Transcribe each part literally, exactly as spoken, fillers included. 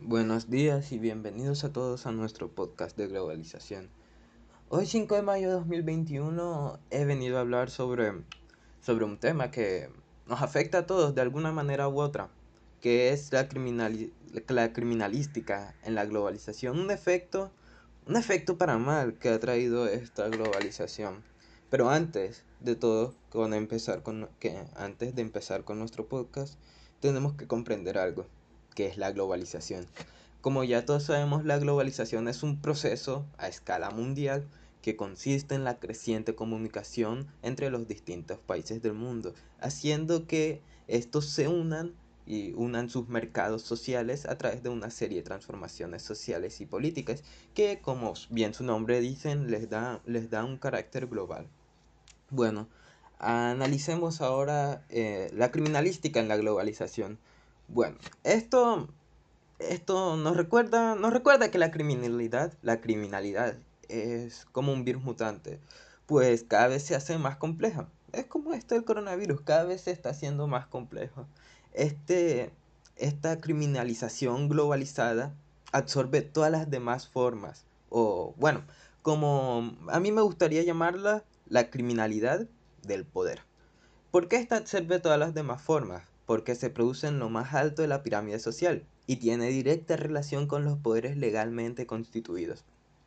Buenos días y bienvenidos a todos a nuestro podcast de globalización. Hoy cinco de mayo de dos mil veintiuno he venido a hablar sobre, sobre un tema que nos afecta a todos de alguna manera u otra, que es la, criminali- la criminalística en la globalización, un efecto, un efecto para mal que ha traído esta globalización. Pero antes de todo, con empezar con, que antes de empezar con nuestro podcast, tenemos que comprender algo, que es la globalización. Como ya todos sabemos, la globalización es un proceso a escala mundial que consiste en la creciente comunicación entre los distintos países del mundo, haciendo que estos se unan y unan sus mercados sociales a través de una serie de transformaciones sociales y políticas que, como bien su nombre dicen, les da, les da un carácter global. Bueno, analicemos ahora eh, la criminalística en la globalización. Bueno, esto esto nos recuerda, nos recuerda que la criminalidad, la criminalidad es como un virus mutante, pues cada vez se hace más compleja. Es como esto del coronavirus, cada vez se está haciendo más complejo. Este, esta criminalización globalizada absorbe todas las demás formas, o bueno, como a mí me gustaría llamarla, la criminalidad del poder. ¿Por qué esta absorbe todas las demás formas? Porque se produce en lo más alto de la pirámide social y tiene directa relación con los poderes legalmente constituidos.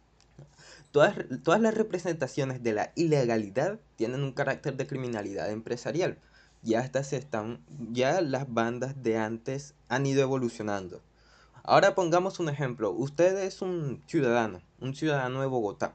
Todas, todas las representaciones de la ilegalidad tienen un carácter de criminalidad empresarial. Ya estas se están, ya las bandas de antes han ido evolucionando. Ahora pongamos un ejemplo. Usted es un ciudadano, un ciudadano de Bogotá.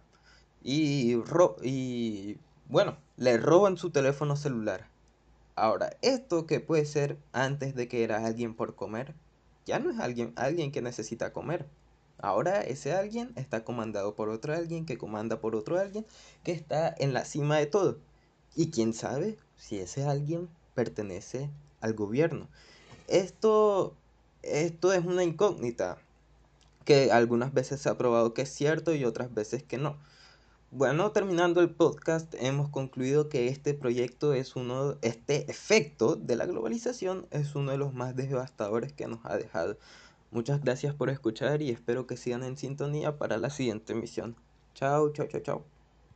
Y, ro y bueno, le roban su teléfono celular. Ahora, esto que puede ser antes de que era alguien por comer, ya no es alguien, alguien que necesita comer. Ahora ese alguien está comandado por otro alguien que comanda por otro alguien que está en la cima de todo. Y quién sabe si ese alguien pertenece al gobierno. Esto, esto es una incógnita que algunas veces se ha probado que es cierto y otras veces que no. Bueno, terminando el podcast, hemos concluido que este proyecto es uno, este efecto de la globalización es uno de los más devastadores que nos ha dejado. Muchas gracias por escuchar y espero que sigan en sintonía para la siguiente emisión. Chao, chao, chao, chao.